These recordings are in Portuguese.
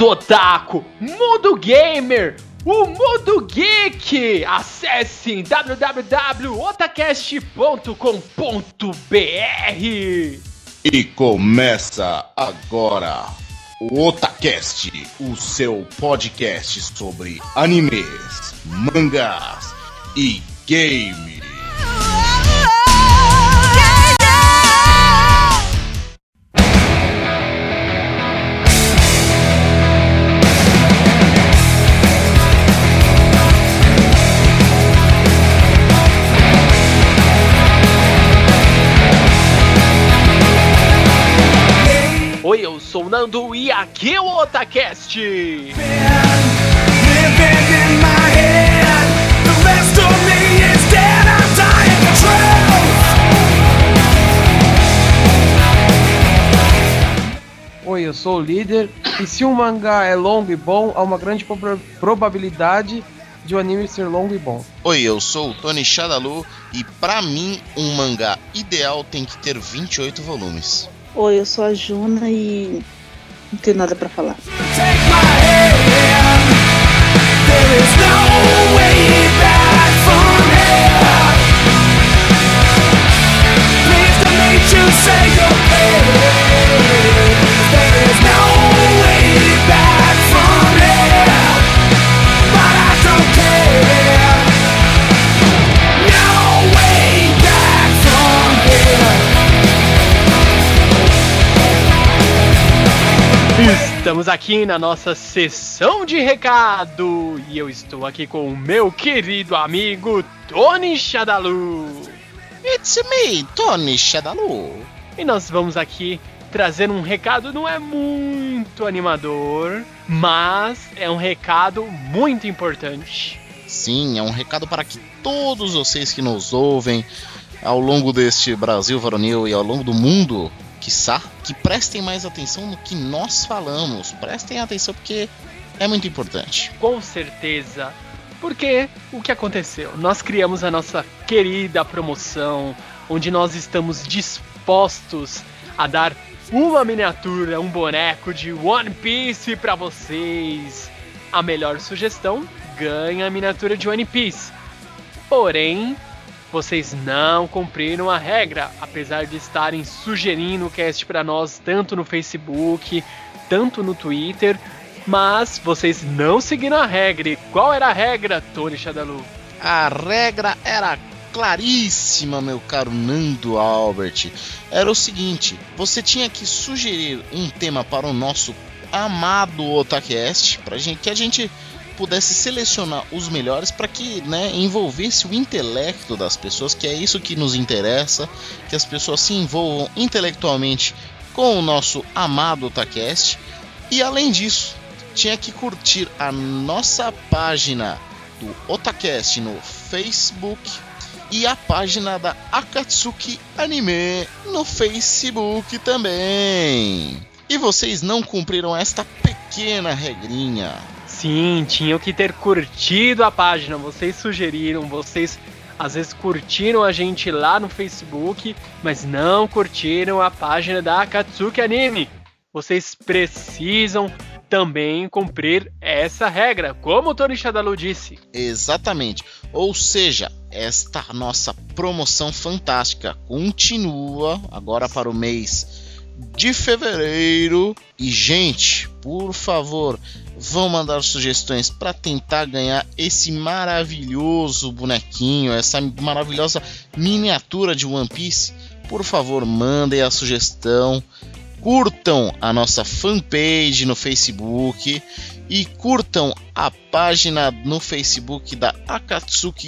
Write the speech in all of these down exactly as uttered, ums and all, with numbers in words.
Mundo Otaku, Mundo Gamer, o Mundo Geek. Acesse w w w ponto otacast ponto com ponto b r. E começa agora o Otacast, o seu podcast sobre animes, mangás e games. Oi, eu sou o Nando e aqui é o Otacast. Oi, eu sou o líder, e se um mangá é longo e bom, há uma grande pro- probabilidade de o anime ser longo e bom. Oi, eu sou o Tony Shadalu e pra mim um mangá ideal tem que ter vinte e oito volumes. Oi, eu sou a Juna e não tenho nada pra falar. Estamos aqui na nossa sessão de recado e eu estou aqui com o meu querido amigo Tony Shadalu. It's me, Tony Shadalu. E nós vamos aqui trazer um recado, não é muito animador, mas é um recado muito importante. Sim, é um recado para que todos vocês que nos ouvem ao longo deste Brasil varonil e ao longo do mundo, quiçá, que prestem mais atenção no que nós falamos. Prestem atenção porque é muito importante. Com certeza. Porque o que aconteceu? Nós criamos a nossa querida promoção, onde nós estamos dispostos a dar uma miniatura, um boneco de One Piece para vocês. A melhor sugestão ganha a miniatura de One Piece. Porém, vocês não cumpriram a regra, apesar de estarem sugerindo o cast para nós tanto no Facebook, tanto no Twitter, mas vocês não seguiram a regra. E qual era a regra, Tony Shadalu? A regra era claríssima, meu caro Nando Albert. Era o seguinte, você tinha que sugerir um tema para o nosso amado Otacast, para gente, que a gente pudesse selecionar os melhores para que, né, envolvesse o intelecto das pessoas, que é isso que nos interessa, que as pessoas se envolvam intelectualmente com o nosso amado Otacast. E além disso, tinha que curtir a nossa página do Otacast no Facebook e a página da Akatsuki Anime no Facebook também. E vocês não cumpriram esta pequena regrinha. Sim, tinham que ter curtido a página. Vocês sugeriram, vocês às vezes curtiram a gente lá no Facebook, mas não curtiram a página da Akatsuki Anime. Vocês precisam também cumprir essa regra, como o Tony Shadalu disse. Exatamente. Ou seja, esta nossa promoção fantástica continua agora para o mês de fevereiro. E, gente, por favor, vão mandar sugestões para tentar ganhar esse maravilhoso bonequinho, essa maravilhosa miniatura de One Piece. Por favor, mandem a sugestão, curtam a nossa fanpage no Facebook e curtam a página no Facebook da Akatsuki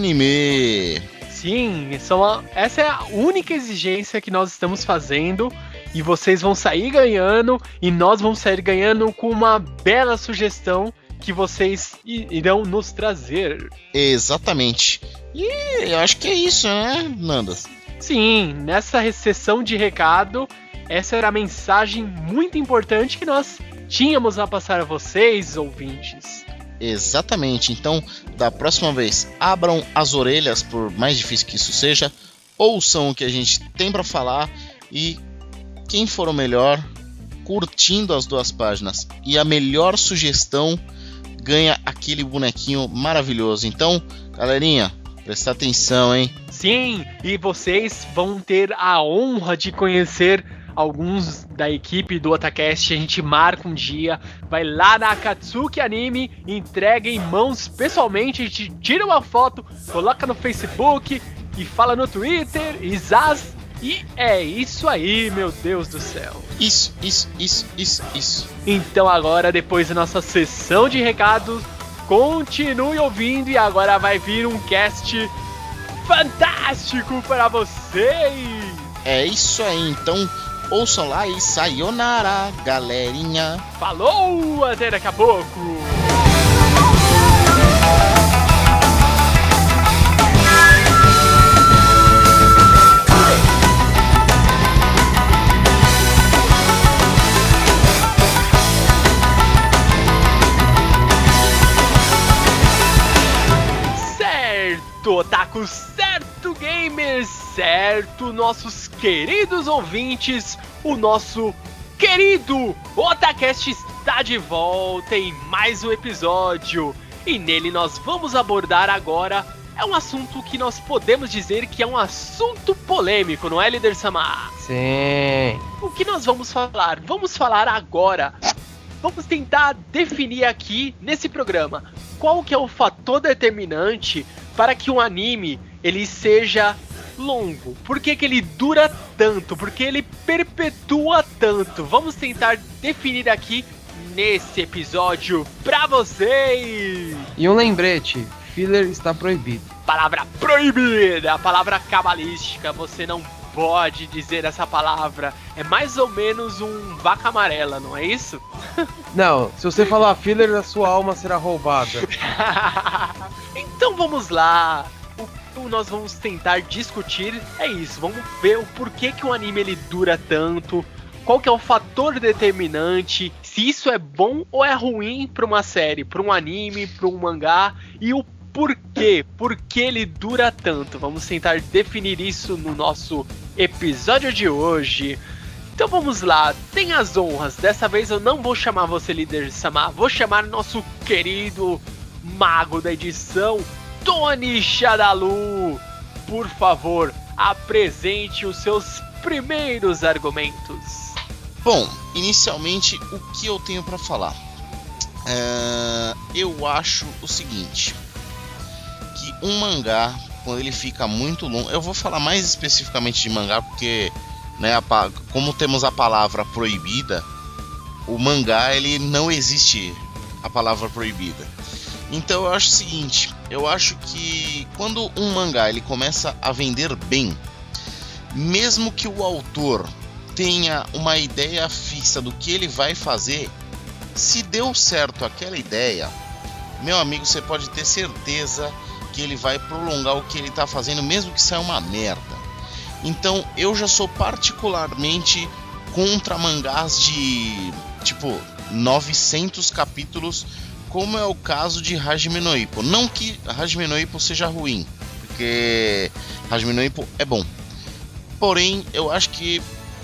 Anime. Sim, são, essa é a única exigência que nós estamos fazendo. E vocês vão sair ganhando, e nós vamos sair ganhando com uma bela sugestão que vocês irão nos trazer. Exatamente. E eu acho que é isso, né, Nando? Sim, nessa sessão de recado, essa era a mensagem muito importante que nós tínhamos a passar a vocês, ouvintes. Exatamente. Então, da próxima vez, abram as orelhas, por mais difícil que isso seja, ouçam o que a gente tem para falar e quem for o melhor, curtindo as duas páginas. E a melhor sugestão ganha aquele bonequinho maravilhoso. Então, galerinha, presta atenção, hein? Sim, e vocês vão ter a honra de conhecer alguns da equipe do Otacast. A gente marca um dia, vai lá na Akatsuki Anime, entrega em mãos pessoalmente, a gente tira uma foto, coloca no Facebook e fala no Twitter, e zaz, e é isso aí, meu Deus do céu. Isso, isso, isso, isso, isso. Então agora, depois da nossa sessão de recados, continue ouvindo e agora vai vir um cast fantástico para vocês. É isso aí, então ouçam lá e sayonara, galerinha. Falou, até daqui a pouco. Certo, otaku, certo, gamers, certo, nossos queridos ouvintes, o nosso querido Otacast está de volta em mais um episódio, e nele nós vamos abordar agora, é um assunto que nós podemos dizer que é um assunto polêmico, não é, líder Samar? Sim. O que nós vamos falar? Vamos falar agora, vamos tentar definir aqui nesse programa qual que é o fator determinante para que um anime ele seja longo. Por que que ele dura tanto? Por que ele perpetua tanto? Vamos tentar definir aqui nesse episódio pra vocês. E um lembrete, filler está proibido. Palavra proibida, a palavra cabalística, você não pode dizer essa palavra. É mais ou menos um vaca amarela, não é isso? Não, se você falar filler, a sua alma será roubada. Então vamos lá. O que nós vamos tentar discutir é isso. Vamos ver o porquê que um anime ele dura tanto. Qual que é o fator determinante? Se isso é bom ou é ruim para uma série, para um anime, para um mangá. E o porquê? Por que ele dura tanto? Vamos tentar definir isso no nosso episódio de hoje. Então vamos lá, tem as honras. Dessa vez eu não vou chamar você, líder Samar, vou chamar nosso querido mago da edição, Tony Shadalu. Por favor, apresente os seus primeiros argumentos. Bom, inicialmente, o que eu tenho pra falar? É, eu acho o seguinte, que um mangá, quando ele fica muito longo, eu vou falar mais especificamente de mangá porque, né, a, como temos a palavra proibida, o mangá ele não existe a palavra proibida. Então eu acho o seguinte, eu acho que quando um mangá ele começa a vender bem, mesmo que o autor tenha uma ideia fixa do que ele vai fazer, se deu certo aquela ideia, meu amigo, você pode ter certeza que ele vai prolongar o que ele está fazendo, mesmo que saia uma merda. Então eu já sou particularmente contra mangás de tipo novecentos capítulos, como é o caso de Hajime no Ippo. Não que Hajime no Ippo seja ruim, porque Hajime no Ippo é bom, porém eu acho que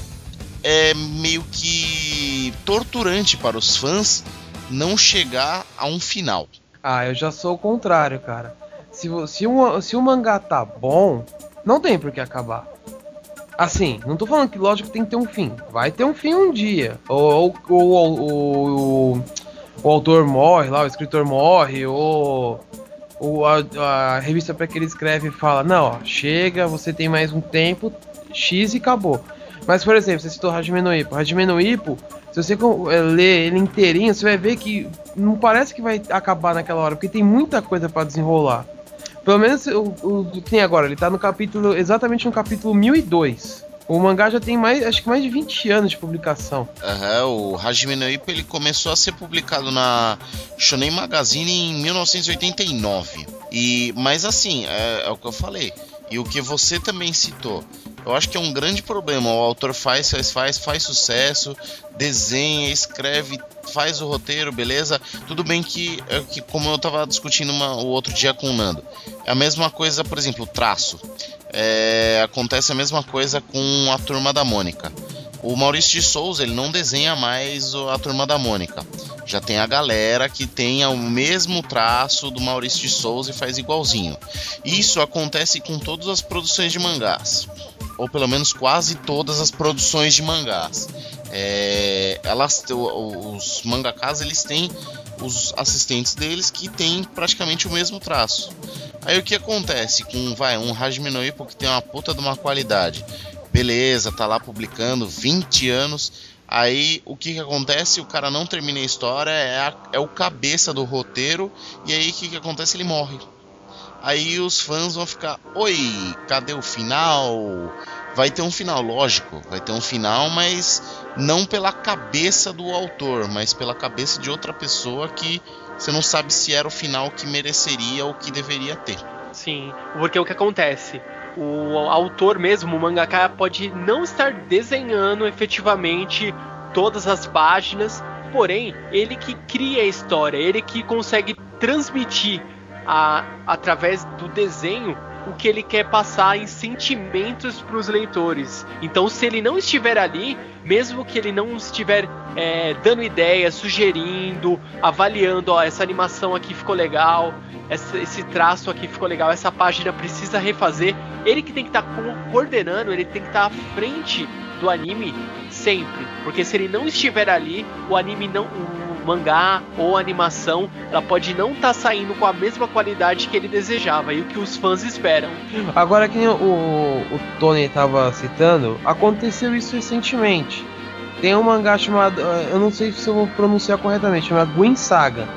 é meio que torturante para os fãs não chegar a um final. Ah, eu já sou o contrário, cara. Se, se, um, se o mangá tá bom, não tem por que acabar. Assim, não tô falando que lógico tem que ter um fim. Vai ter um fim um dia. Ou, ou, ou, ou o autor morre lá, o escritor morre, ou, ou a, a revista para que ele escreve fala, não, ó, chega, você tem mais um tempo, X e acabou. Mas, por exemplo, você citou Hajime no Ippo. Hajime no Ippo, se você ler ele inteirinho, você vai ver que não parece que vai acabar naquela hora, porque tem muita coisa pra desenrolar. Pelo menos o, o que tem agora, ele tá no capítulo, exatamente no capítulo mil e dois. O mangá já tem mais, acho que mais de vinte anos de publicação. Uhum, o Hajime no Ippo ele começou a ser publicado na Shonen Magazine em mil novecentos e oitenta e nove. E, mas assim, é, é o que eu falei. E o que você também citou. Eu acho que é um grande problema. O autor faz, faz, faz, faz sucesso, desenha, escreve, faz o roteiro, beleza? Tudo bem que, que como eu tava discutindo uma, o outro dia com o Nando, é a mesma coisa, por exemplo, o traço. É, acontece a mesma coisa com a Turma da Mônica. o Maurício de Souza, ele não desenha mais a Turma da Mônica. Já tem a galera que tem o mesmo traço do Maurício de Souza e faz igualzinho. Isso acontece com todas as produções de mangás, ou pelo menos quase todas as produções de mangás. É, elas, os mangakas, eles têm os assistentes deles que têm praticamente o mesmo traço. Aí o que acontece com vai, um Hajime no Ippo que tem uma puta de uma qualidade? Beleza, tá lá publicando vinte anos. Aí o que que acontece? O cara não termina a história, é, a, é o cabeça do roteiro. E aí o que que acontece? Ele morre. Aí os fãs vão ficar: oi, cadê o final? Vai ter um final, lógico, vai ter um final, mas não pela cabeça do autor, mas pela cabeça de outra pessoa que você não sabe se era o final que mereceria ou que deveria ter. Sim, porque o que acontece? O autor mesmo, o mangaka, pode não estar desenhando efetivamente todas as páginas, porém, ele que cria a história, ele que consegue transmitir a, através do desenho o que ele quer passar em sentimentos para os leitores. Então, se ele não estiver ali, mesmo que ele não estiver é, dando ideias, sugerindo, avaliando, ó, essa animação aqui ficou legal, essa, esse traço aqui ficou legal, essa página precisa refazer, ele que tem que estar tá coordenando, ele tem que estar tá à frente do anime sempre, porque se ele não estiver ali, o anime não, o mangá ou a animação, ela pode não estar tá saindo com a mesma qualidade que ele desejava e o que os fãs esperam. Agora, que o, o Tony estava citando, aconteceu isso recentemente. Tem um mangá chamado, eu não sei se eu vou pronunciar corretamente, chamado Gwyn Saga.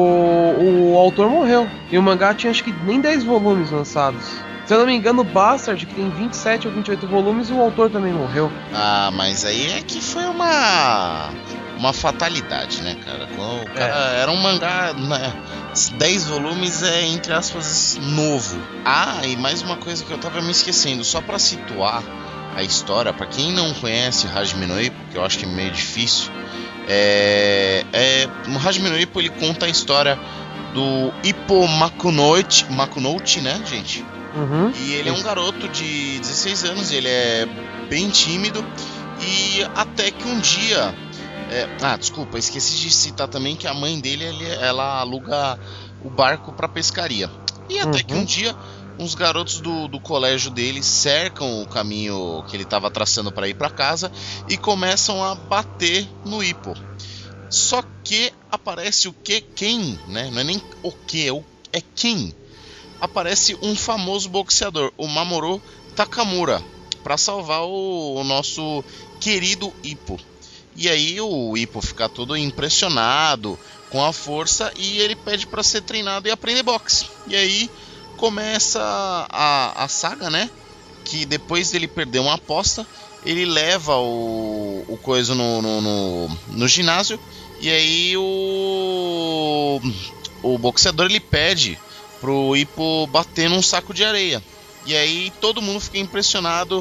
O, o autor morreu e o mangá tinha acho que nem dez volumes lançados. Se eu não me engano, o Bastard, que tem vinte e sete ou vinte e oito volumes, o autor também morreu. Ah, mas aí é que foi uma uma fatalidade, né, cara? O cara é. Era um mangá, né? dez volumes é, entre aspas, novo. Ah, e mais uma coisa que eu tava me esquecendo, só pra situar a história, pra quem não conhece Hajime no Ippo, que eu acho que é meio difícil, é, é, o Hajime no Ippo, ele conta a história do Ippo Makunouchi, Makunouchi, né, gente? Uhum. E ele é um garoto de dezesseis anos, ele é bem tímido. E até que um dia é... Ah, desculpa, esqueci de citar também que a mãe dele, ele, ela aluga o barco para pescaria. E até uhum. que um dia uns garotos do, do colégio dele cercam o caminho que ele estava traçando para ir para casa e começam a bater no Ippo. Só que aparece o que? Quem? Né? Não é nem o que, é quem? Aparece um famoso boxeador, o Mamoru Takamura, para salvar o, o nosso querido Ippo. E aí o Ippo fica todo impressionado com a força e ele pede para ser treinado e aprender boxe. E aí começa a, a saga, né? Que depois dele perder uma aposta, ele leva o, o coisa no, no, no, no ginásio. E aí o, o boxeador, ele pede pro Ippo bater num saco de areia. E aí todo mundo fica impressionado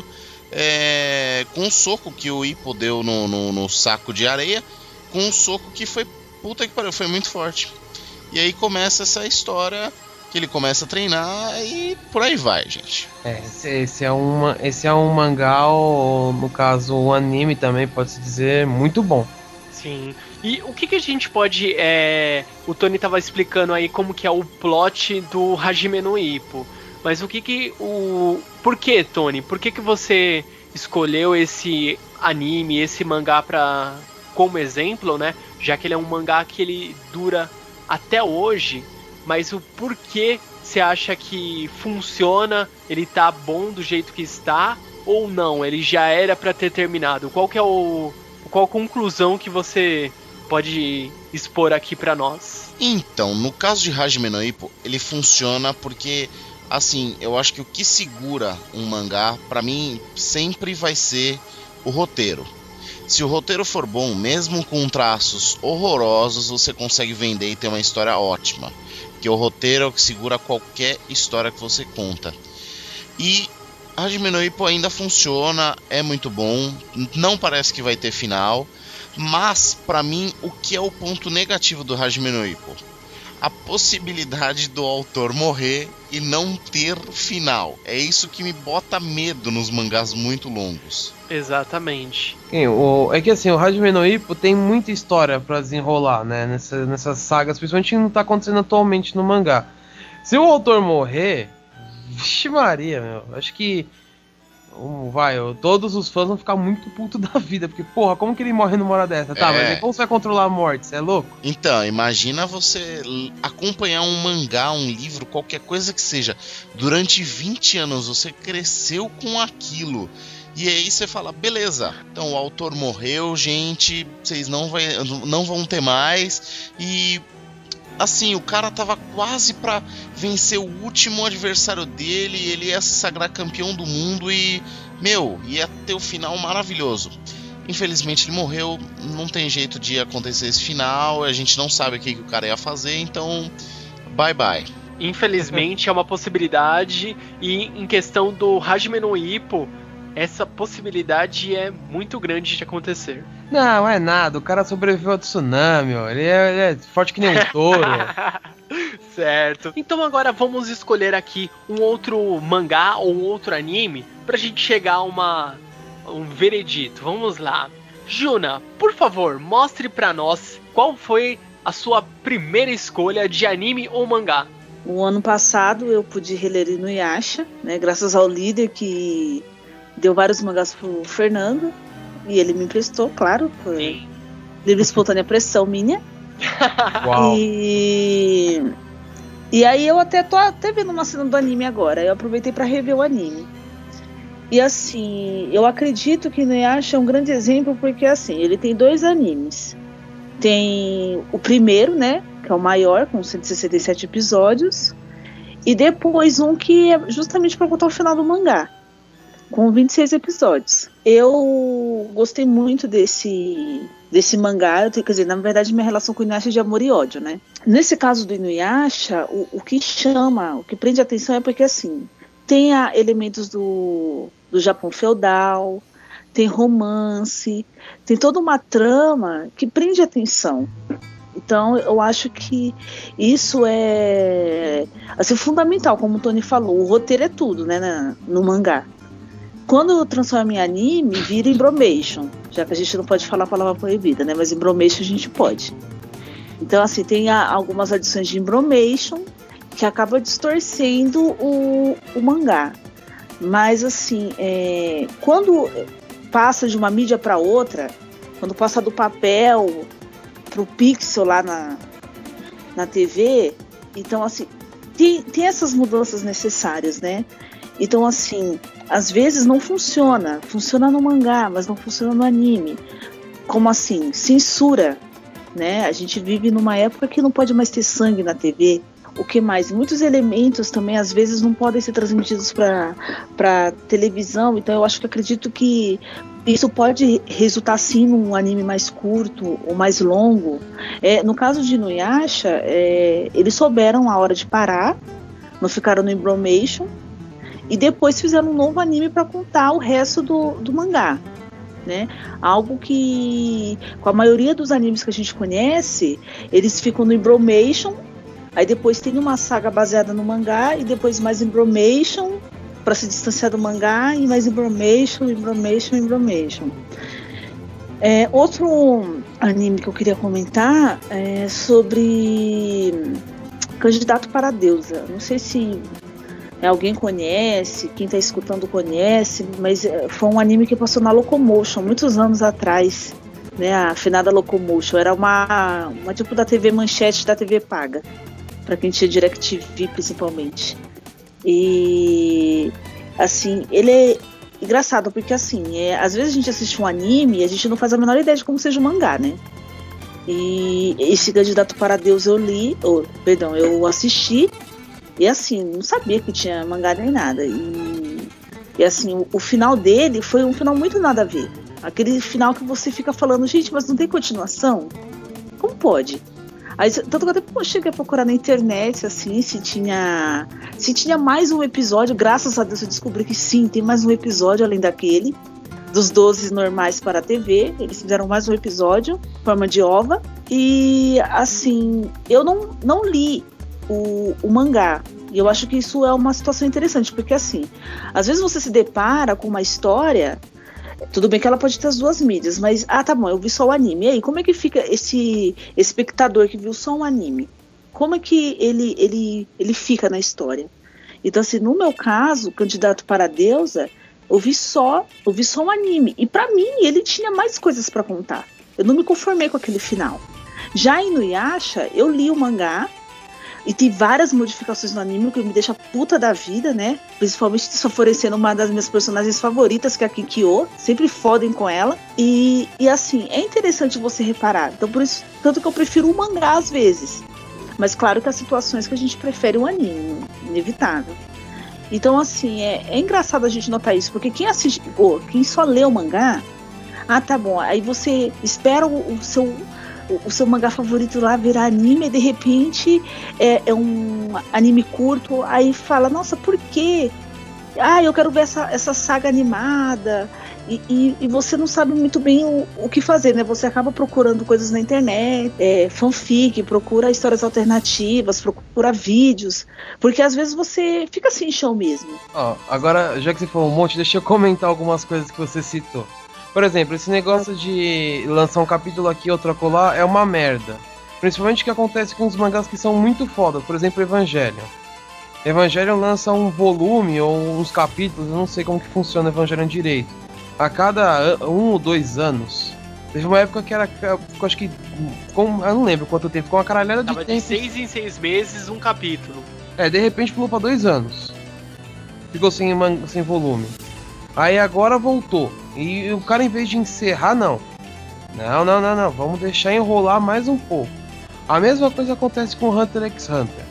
é, com o soco que o Ippo deu no, no, no saco de areia, com um soco que foi, puta que pariu, foi muito forte. E aí começa essa história que ele começa a treinar e por aí vai, gente. É, esse, esse, é, uma, esse é um mangá, ou no caso um anime também, pode-se dizer, muito bom. Sim. E o que, que a gente pode... É... O Tony tava explicando aí como que é o plot do Hajime no Ippo. Mas o que que... O... Por que, Tony? Por que que você escolheu esse anime, esse mangá pra... como exemplo, né? Já que ele é um mangá que ele dura até hoje. Mas o porquê você acha que funciona? Ele tá bom do jeito que está? Ou não? Ele já era pra ter terminado? Qual que é o... Qual a conclusão que você pode expor aqui pra nós? Então, no caso de Hajime no Ippo, ele funciona porque, assim, eu acho que o que segura um mangá, pra mim, sempre vai ser o roteiro. Se o roteiro for bom, mesmo com traços horrorosos, você consegue vender e ter uma história ótima. Porque o roteiro é o que segura qualquer história que você conta. E Hajime no Ippo ainda funciona, é muito bom, não parece que vai ter final, mas pra mim o que é o ponto negativo do Hajime no Ippo? a possibilidade do autor morrer e não ter final. É isso que me bota medo nos mangás muito longos. Exatamente. Sim, o, é que assim, o Hajime no Ippo tem muita história pra desenrolar, né? Nessa, nessas sagas, principalmente não tá acontecendo atualmente no mangá. Se o autor morrer, vixe Maria, meu, acho que um, vai, todos os fãs vão ficar muito putos da vida, porque, porra, como que ele morre numa hora dessa? Tá, É. mas aí como você vai controlar a morte? Você é louco? Então, imagina você l- acompanhar um mangá, um livro, qualquer coisa que seja, durante vinte anos, você cresceu com aquilo. E aí você fala, beleza, então o autor morreu, gente, vocês não, vai, não vão ter mais. E assim, o cara tava quase pra vencer o último adversário dele, ele ia se sagrar campeão do mundo e, meu, ia ter o final maravilhoso. Infelizmente ele morreu, não tem jeito de acontecer esse final, a gente não sabe o que, que o cara ia fazer, então bye bye. Infelizmente é uma possibilidade, e em questão do Hajime no Ippo, essa possibilidade é muito grande de acontecer. Não, é nada, o cara sobreviveu ao tsunami, ó. Ele, é, ele é forte que nem um touro. Certo. Então agora vamos escolher aqui um outro mangá ou um outro anime pra gente chegar a uma, um veredito. Vamos lá. Juna, por favor, mostre pra nós qual foi a sua primeira escolha de anime ou mangá. O ano passado eu pude reler Inuyasha, né, graças ao líder que deu vários mangás pro Fernando, e ele me emprestou, claro, por Sim. livre e espontânea pressão minha. Uau. E e aí eu até tô até vendo uma cena do anime agora. Eu aproveitei para rever o anime. E assim, eu acredito que Inuyasha é um grande exemplo, porque assim, ele tem dois animes. Tem o primeiro, né, que é o maior, com cento e sessenta e sete episódios, e depois um que é justamente para contar o final do mangá, com vinte e seis episódios. Eu gostei muito desse, desse mangá. Eu tenho, quer dizer, na verdade, minha relação com o Inuyasha é de amor e ódio, né? Nesse caso do Inuyasha, o, o que chama, o que prende a atenção é porque, assim, tem a, elementos do, do Japão feudal, tem romance, tem toda uma trama que prende a atenção. Então, eu acho que isso é, assim, fundamental, como o Tony falou. O roteiro é tudo, né, na, no mangá. Quando eu transformo em anime, vira embromation, já que a gente não pode falar a palavra proibida, né? Mas embromation a gente pode. Então, assim, tem a, algumas adições de embromation que acaba distorcendo o, o mangá. Mas, assim, é, quando passa de uma mídia para outra, quando passa do papel pro pixel lá na, na T V, então, assim, tem, tem essas mudanças necessárias, né? Então, assim, às vezes não funciona. Funciona no mangá, mas não funciona no anime. Como assim? Censura, né? A gente vive numa época que não pode mais ter sangue na T V. O que mais? Muitos elementos também, às vezes, não podem ser transmitidos para para televisão. Então, eu acho que acredito que isso pode resultar, sim, num anime mais curto ou mais longo. É, no caso de Inuyasha, é, eles souberam a hora de parar, não ficaram no embromation, e depois fizeram um novo anime para contar o resto do, do mangá, né? Algo que, com a maioria dos animes que a gente conhece, eles ficam no embromation, aí depois tem uma saga baseada no mangá, e depois mais embromation para se distanciar do mangá, e mais embromation, embromation, embromation. É, outro anime que eu queria comentar é sobre Candidato para a Deusa. Não sei se alguém conhece, quem está escutando conhece, mas foi um anime que passou na Locomotion muitos anos atrás, né? A finada Locomotion era uma, uma tipo da T V Manchete, da T V paga, para quem tinha DirecTV principalmente. E assim, ele é engraçado porque assim, é, às vezes a gente assiste um anime e a gente não faz a menor ideia de como seja o mangá, né? E esse Candidato para Deus eu li, ou, perdão, eu assisti. E assim, não sabia que tinha mangá nem nada. E, e assim, o, o final dele foi um final muito nada a ver. Aquele final que você fica falando, gente, mas não tem continuação? Como pode? Aí, tanto que eu até cheguei a procurar na internet, assim, se tinha, se tinha mais um episódio. Graças a Deus eu descobri que sim, tem mais um episódio além daquele. dos doze normais para a T V. Eles fizeram mais um episódio, forma de ova. E assim, eu não, não li o, o mangá. E eu acho que isso é uma situação interessante, porque assim, às vezes você se depara com uma história, tudo bem que ela pode ter as duas mídias, mas, ah, tá bom, eu vi só o anime. E aí, como é que fica esse espectador que viu só um anime? Como é que ele, ele, ele fica na história? Então, assim, no meu caso, Candidato para a Deusa, eu vi só, eu vi só um anime. E pra mim, ele tinha mais coisas pra contar. Eu não me conformei com aquele final. Já em Inuyasha, eu li o mangá, e tem várias modificações no anime que me deixa puta da vida, né? Principalmente favorecendo uma das minhas personagens favoritas, que é a Kikyo. Sempre fodem com ela. E, e assim, é interessante você reparar. Então, por isso, tanto que eu prefiro o mangá às vezes. Mas claro que há situações que a gente prefere um anime, inevitável. Então, assim, é, é engraçado a gente notar isso, porque quem assiste, oh, quem só lê o mangá, ah, tá bom, aí você espera o, o seu... o seu mangá favorito lá virar anime e de repente é, é um anime curto, aí fala, nossa, por quê? Ah, eu quero ver essa, essa saga animada e, e, e você não sabe muito bem o, o que fazer, né? Você acaba procurando coisas na internet, é, fanfic, procura histórias alternativas, procura vídeos, porque às vezes você fica assim, chão mesmo. Ó, agora, já que você falou um monte, deixa eu comentar algumas coisas que você citou. Por exemplo, esse negócio de lançar um capítulo aqui, outro acolá, é uma merda. Principalmente o que acontece com os mangás que são muito foda. Por exemplo, Evangelion. Evangelion lança um volume ou uns capítulos, eu não sei como que funciona Evangelion direito. A cada um ou dois anos. Teve uma época que era, eu acho que, com, eu não lembro quanto tempo, com uma caralhada de Tava tempo. de seis em seis meses, um capítulo. É, de repente pulou pra dois anos. Ficou sem, sem volume. Aí agora voltou. E o cara, em vez de encerrar, não. Não, não, não, não. Vamos deixar enrolar mais um pouco. A mesma coisa acontece com Hunter x Hunter.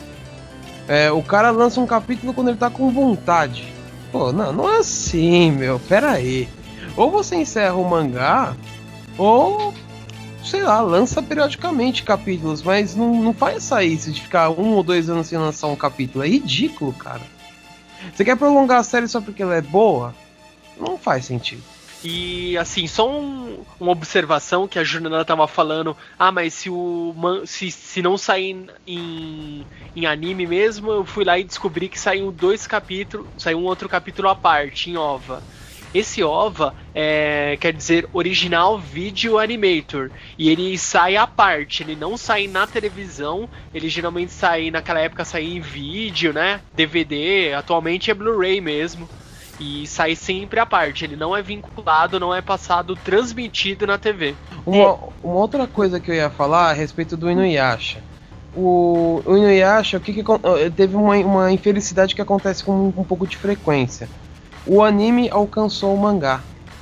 É, o cara lança um capítulo quando ele tá com vontade. Pô, não, não é assim, meu. Pera aí. Ou você encerra o mangá, ou, sei lá, lança periodicamente capítulos. Mas não, não faz essa isso de ficar um ou dois anos sem lançar um capítulo. É ridículo, cara. Você quer prolongar a série só porque ela é boa? Não faz sentido. E assim, só um, uma observação que a Juliana tava falando. Ah, mas se o se, se não sair em, em anime mesmo, eu fui lá e descobri que saiu dois capítulos, saiu um outro capítulo à parte, em O V A. Esse O V A é, quer dizer Original Video Animator. E ele sai à parte, ele não sai na televisão. Ele geralmente sai, naquela época saía em vídeo, né? D V D, atualmente é Blu-ray mesmo. E sai sempre à parte, ele não é vinculado, não é passado, transmitido na T V. Uma, uma outra coisa que eu ia falar a respeito do Inuyasha. O, o Inuyasha, o que que, teve uma, uma infelicidade que acontece com um, um pouco de frequência. O anime alcançou o mangá.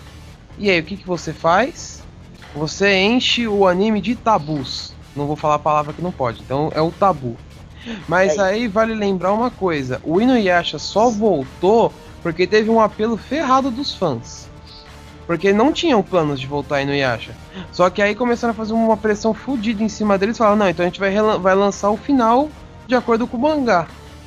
E aí, o que, que você faz? Você enche o anime de tabus. Não vou falar a palavra que não pode, então é o tabu. Mas aí vale lembrar uma coisa, o Inuyasha só voltou porque teve um apelo ferrado dos fãs. Porque não tinham planos de voltar a Inuyasha. Só que aí começaram a fazer uma pressão fodida em cima deles e falaram, não, então a gente vai, vai lançar o final de acordo com o mangá.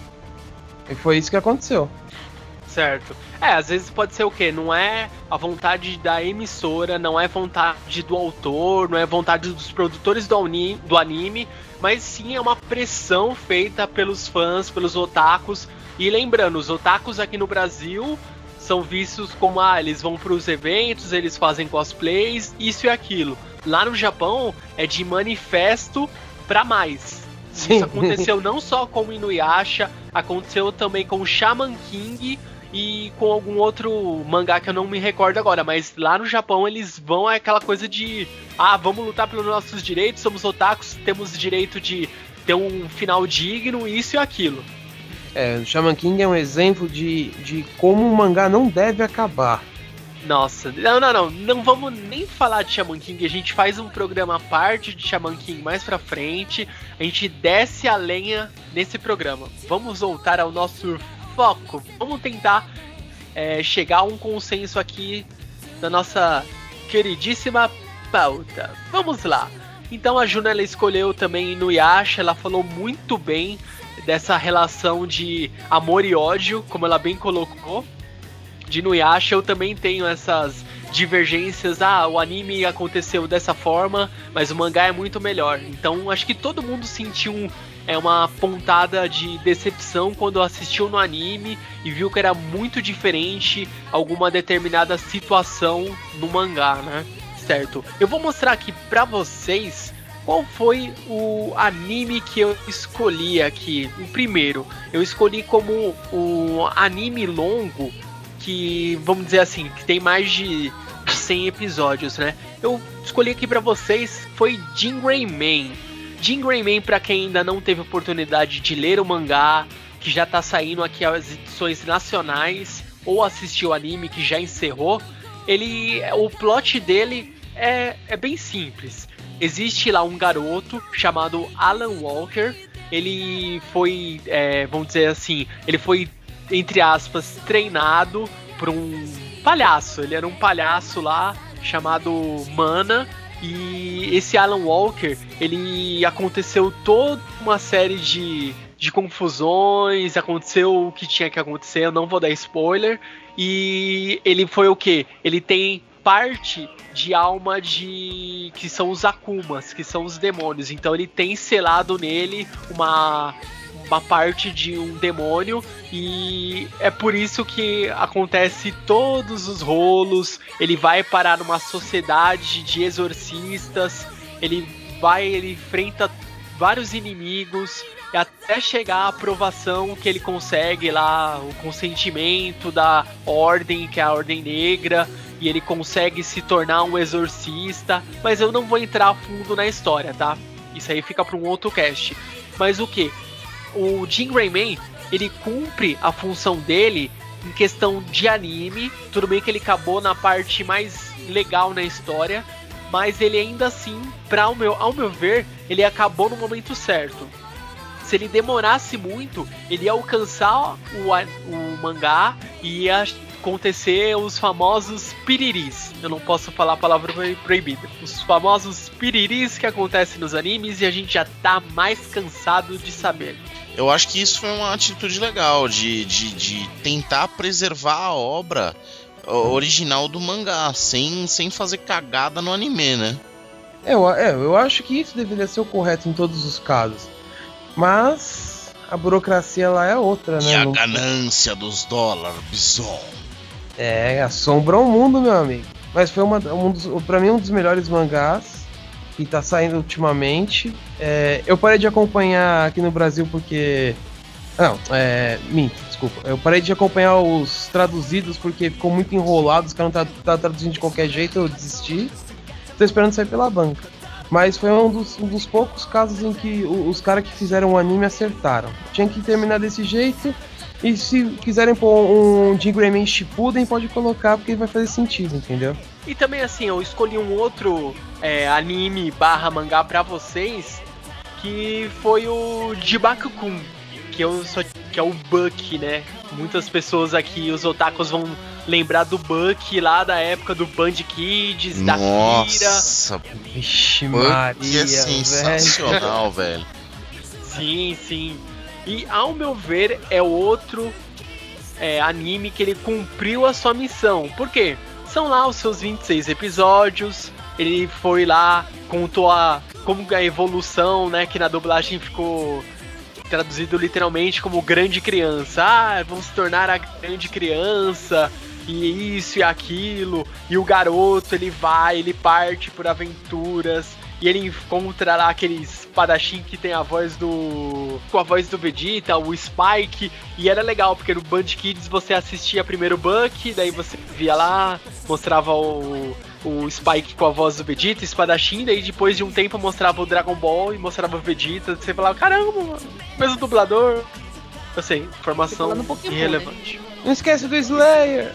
E foi isso que aconteceu. Certo. É, às vezes pode ser o quê? Não é a vontade da emissora, não é vontade do autor, não é vontade dos produtores do anime, do anime, mas sim é uma pressão feita pelos fãs, pelos otakus. E lembrando, os otakus aqui no Brasil são vistos como, ah, eles vão para os eventos, eles fazem cosplays, isso e aquilo. Lá no Japão é de manifesto pra mais. Sim. Isso aconteceu não só com o Inuyasha, aconteceu também com o Shaman King e com algum outro mangá que eu não me recordo agora, mas lá no Japão eles vão é aquela coisa de, ah, vamos lutar pelos nossos direitos, somos otakus, temos direito de ter um final digno, isso e aquilo. É, o Shaman King é um exemplo de, de como o mangá não deve acabar. Nossa, não, não, não, não vamos nem falar de Shaman King, a gente faz um programa à parte de Shaman King mais pra frente, a gente desce a lenha nesse programa. Vamos voltar ao nosso foco, vamos tentar é, chegar a um consenso aqui da nossa queridíssima pauta. Vamos lá. Então a Juna, ela escolheu também Inuyasha, ela falou muito bem dessa relação de amor e ódio, como ela bem colocou, de Inuyasha. Eu também tenho essas divergências. Ah, o anime aconteceu dessa forma, mas o mangá é muito melhor. Então acho que todo mundo sentiu um, é, uma pontada de decepção quando assistiu no anime e viu que era muito diferente alguma determinada situação no mangá, né? Certo. Eu vou mostrar aqui pra vocês qual foi o anime que eu escolhi aqui. O primeiro, eu escolhi como o anime longo que, vamos dizer assim, que tem mais de cem episódios, né? Eu escolhi aqui pra vocês, foi Jingrai Man. Jingrai Man, pra quem ainda não teve oportunidade de ler o mangá, que já tá saindo aqui as edições nacionais, ou assistiu o anime que já encerrou, ele, o plot dele é, é bem simples. Existe lá um garoto chamado Alan Walker. Ele foi, é, vamos dizer assim, ele foi, entre aspas, treinado por um palhaço. Ele era um palhaço lá chamado Mana. E esse Alan Walker, ele aconteceu toda uma série de, de confusões. Aconteceu o que tinha que acontecer, eu não vou dar spoiler. E ele foi o quê? Ele tem parte de alma de... que são os Akumas, que são os demônios. Então ele tem selado nele uma, uma parte de um demônio. E é por isso que acontece todos os rolos. Ele vai parar numa sociedade de exorcistas. Ele vai, ele enfrenta vários inimigos e até chegar à aprovação que ele consegue lá, o consentimento da ordem, que é a Ordem Negra, e ele consegue se tornar um exorcista. Mas eu não vou entrar a fundo na história, tá? Isso aí fica para um outro cast. Mas o que? O Jingrai Man, ele cumpre a função dele em questão de anime. Tudo bem que ele acabou na parte mais legal na história, mas ele ainda assim, pra o meu, ao meu ver, ele acabou no momento certo. Se ele demorasse muito, ele ia alcançar o, o mangá e ia acontecer os famosos piriris. Eu não posso falar a palavra proibida. Os famosos piriris que acontecem nos animes e a gente já tá mais cansado de saber. Eu acho que isso foi uma atitude legal de, de, de tentar preservar a obra original do mangá, sem, sem fazer cagada no anime, né? É, eu, é, eu acho que isso deveria ser o correto em todos os casos. Mas a burocracia lá é outra, né? E a Não... ganância dos dólares, Bison. É, assombra o mundo, meu amigo. Mas foi uma, um dos, pra mim um dos melhores mangás que tá saindo ultimamente. É, eu parei de acompanhar aqui no Brasil porque... Não, é... Minto, desculpa. Eu parei de acompanhar os traduzidos porque ficou muito enrolado. Os caras não tá, tá traduzindo de qualquer jeito, eu desisti. Tô esperando sair pela banca. Mas foi um dos, um dos poucos casos em que os, os caras que fizeram o anime acertaram. Tinha que terminar desse jeito. E se quiserem pôr um Jingrai Man Shippuden, pode colocar, porque vai fazer sentido, entendeu? E também assim, eu escolhi um outro é, anime barra mangá pra vocês, que foi o Jibaku-kun, que, eu só, que é o Bucky, né? Muitas pessoas aqui, os otakus, vão lembrar do Bucky lá da época do Band Kids, da Kira. Nossa, Vixe, Bucky Maria, é sensacional, velho. Sim, sim. E ao meu ver é outro é, anime que ele cumpriu a sua missão. Por quê? São lá os seus vinte e seis episódios. Ele foi lá, contou a, como a evolução, né? Que na dublagem ficou traduzido literalmente como grande criança. Ah, vamos se tornar a grande criança. E isso e aquilo. E o garoto, ele vai, ele parte por aventuras. E ele encontra lá aquele espadachim que tem a voz do... com a voz do Vegeta, o Spike. E era legal, porque no Band Kids você assistia primeiro o Bucky, daí você via lá, mostrava o, o Spike com a voz do Vegeta, o espadachim. Daí depois de um tempo mostrava o Dragon Ball e mostrava o Vegeta. Você falava, caramba, mano, mesmo dublador. Eu sei, informação um irrelevante. Né? Não esquece do Slayer!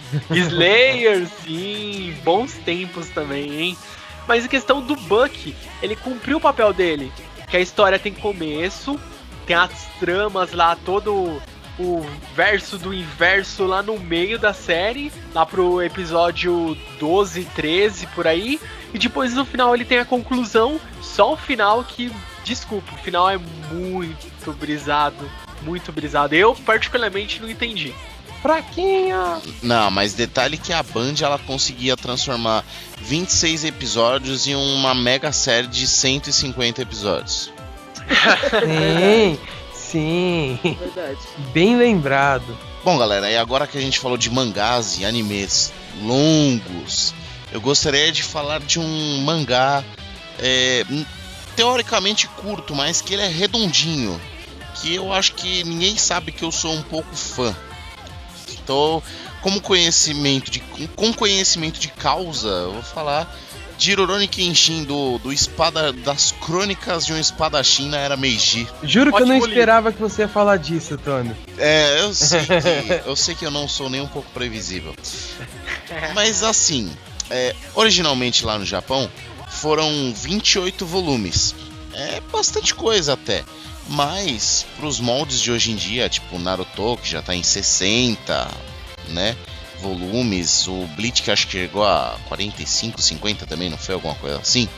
Slayer, sim, bons tempos também, hein? Mas em questão do Bucky, ele cumpriu o papel dele. Que a história tem começo, tem as tramas lá, todo o verso do inverso lá no meio da série, lá pro episódio doze, treze, por aí. E depois no final ele tem a conclusão, só o final que, desculpa, o final é muito brisado, muito brisado. Eu particularmente não entendi. fraquinha. Não, mas detalhe que a Band ela conseguia transformar vinte e seis episódios em uma mega série de cento e cinquenta episódios. Sim, sim. Verdade. Bem lembrado. Bom, galera, e agora que a gente falou de mangás e animes longos, eu gostaria de falar de um mangá é, teoricamente curto, mas que ele é redondinho, que eu acho que ninguém sabe que eu sou um pouco fã. Então, como conhecimento de, com conhecimento de causa, eu vou falar de Rurouni Kenshin, do, do espada, das crônicas de um espadachim na era Meiji. Juro que Ótimo eu não livro. esperava que você ia falar disso, Tony. É, eu sei que eu, sei que eu não sou nem um pouco previsível. Mas assim, é, originalmente lá no Japão foram vinte e oito volumes. É bastante coisa até. Mas pros moldes de hoje em dia, tipo Naruto, que já tá em sessenta, né? Volumes, o Bleach que acho que chegou a quarenta e cinco, cinquenta também, não foi alguma coisa assim?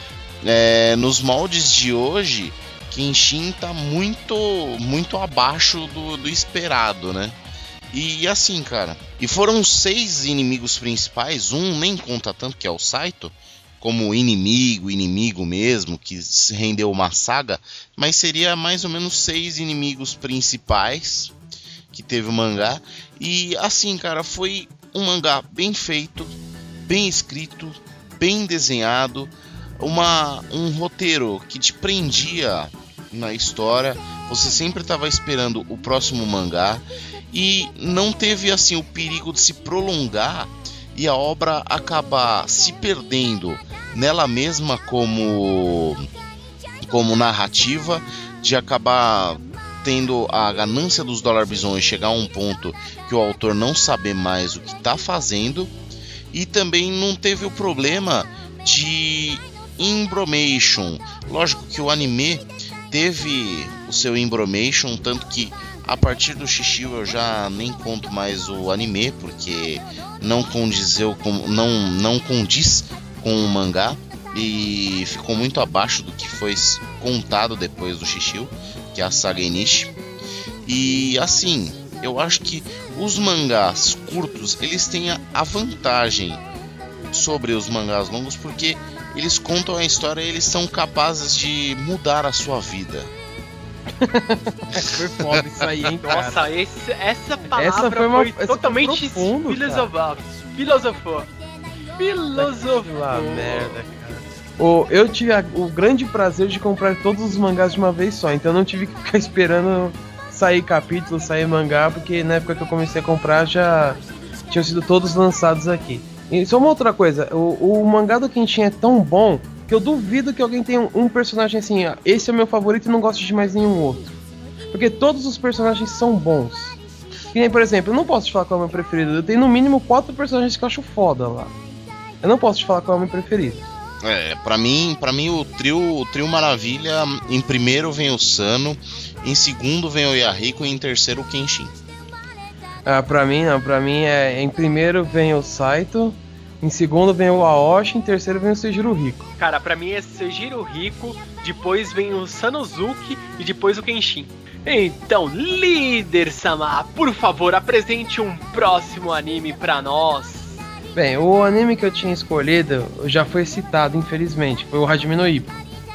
É, nos moldes de hoje, Kenshin tá muito, muito abaixo do, do esperado, né? E assim, cara, e foram seis inimigos principais, um nem conta tanto, que é o Saito, como inimigo, inimigo mesmo, que rendeu uma saga, mas seria mais ou menos seis inimigos principais que teve o mangá. E assim, cara, foi um mangá bem feito, bem escrito, bem desenhado, uma, um roteiro que te prendia na história, você sempre estava esperando o próximo mangá e não teve assim o perigo de se prolongar e a obra acabar se perdendo nela mesma como, como narrativa, de acabar tendo a ganância dos dólar bisões chegar a um ponto que o autor não saber mais o que está fazendo, e também não teve o problema de embromation. Lógico que o anime teve o seu embromation, tanto que a partir do Shishio eu já nem conto mais o anime, porque não condizeu com, não, não condiz com o mangá e ficou muito abaixo do que foi contado depois do Shishio, que é a saga Enishi. E assim, eu acho que os mangás curtos, eles têm a vantagem sobre os mangás longos, porque eles contam a história e eles são capazes de mudar a sua vida. Foi foda isso aí, hein, cara? Nossa, esse, essa palavra Essa foi, uma, foi essa totalmente foi profundo, filosofal. Filosofou. Filosofou. Aquela merda, cara. O, eu tive a, o grande prazer de comprar todos os mangás de uma vez só, então eu não tive que ficar esperando sair capítulo, sair mangá, porque na época que eu comecei a comprar já tinham sido todos lançados aqui. E só uma outra coisa, o, o mangá do Kenshin é tão bom que eu duvido que alguém tenha um, um personagem assim, ah, esse é o meu favorito e não gosto de mais nenhum outro. Porque todos os personagens são bons. Que nem, por exemplo, eu não posso te falar qual é o meu preferido, eu tenho no mínimo quatro personagens que eu acho foda lá. Eu não posso te falar qual é o meu preferido. É, pra mim, pra mim o trio, o trio Maravilha, em primeiro vem o Sano, em segundo vem o Yahiko e em terceiro o Kenshin. Ah, pra mim não, pra mim é em primeiro vem o Saito, em segundo vem o Aoshi, em terceiro vem o Seijiro Rico. Cara, pra mim é Seijiro Rico, depois vem o Sanosuke e depois o Kenshin. Então, líder Sama, por favor, apresente um próximo anime pra nós. Bem, o anime que eu tinha escolhido já foi citado, infelizmente, foi o Hajime no Ippo.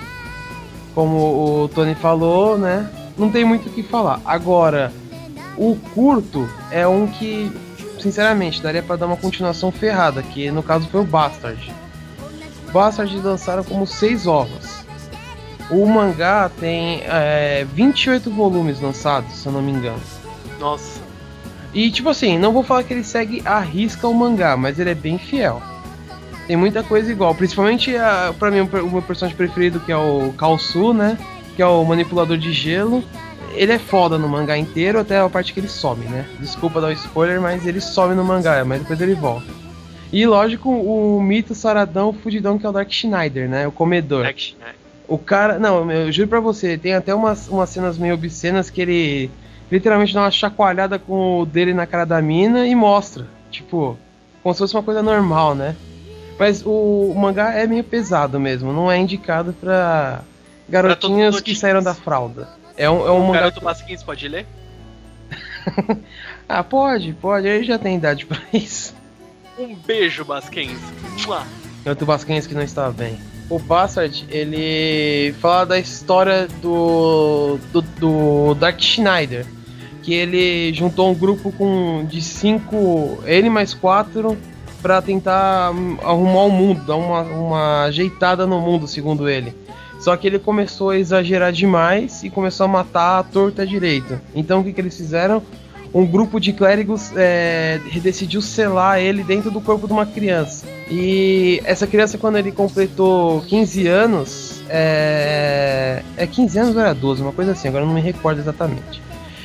Como o Tony falou, né, não tem muito o que falar. Agora, o curto é um que, sinceramente, daria pra dar uma continuação ferrada, que no caso foi o Bastard. Bastard lançaram como seis ovos. O mangá tem é, vinte e oito volumes lançados, se eu não me engano. Nossa. E tipo assim, não vou falar que ele segue à risca o mangá, mas ele é bem fiel. Tem muita coisa igual, principalmente a, pra mim o meu personagem preferido, que é o Kalsu, né? Que é o manipulador de gelo. Ele é foda no mangá inteiro, até a parte que ele some, né? Desculpa dar o spoiler, mas ele some no mangá, mas depois ele volta. E lógico, o mito saradão, o fudidão, que é o Dark Schneider, né? O comedor. Dark Schneider. O cara, não, eu juro pra você, tem até umas, umas cenas meio obscenas que ele literalmente dá uma chacoalhada com o dele na cara da mina e mostra, tipo, como se fosse uma coisa normal, né? Mas o, o mangá é meio pesado mesmo, não é indicado pra garotinhas pra que saíram da fralda. É um, é um o mangá. Garoto Masquinhos pode ler? Ah, pode, pode, aí já tem idade pra isso. Um beijo, Basquens. Mua. Outro Basquens que não estava bem. O Bastard, ele fala da história do, do, do Dark Schneider, que ele juntou um grupo com, de cinco, ele mais quatro, pra tentar arrumar o mundo, dar uma, uma ajeitada no mundo, segundo ele. Só que ele começou a exagerar demais e começou a matar a torta direito. Então o que, que eles fizeram? Um grupo de clérigos é, decidiu selar ele dentro do corpo de uma criança. E essa criança, quando ele completou quinze anos, é, é quinze anos ou era doze, uma coisa assim, agora eu não me recordo exatamente.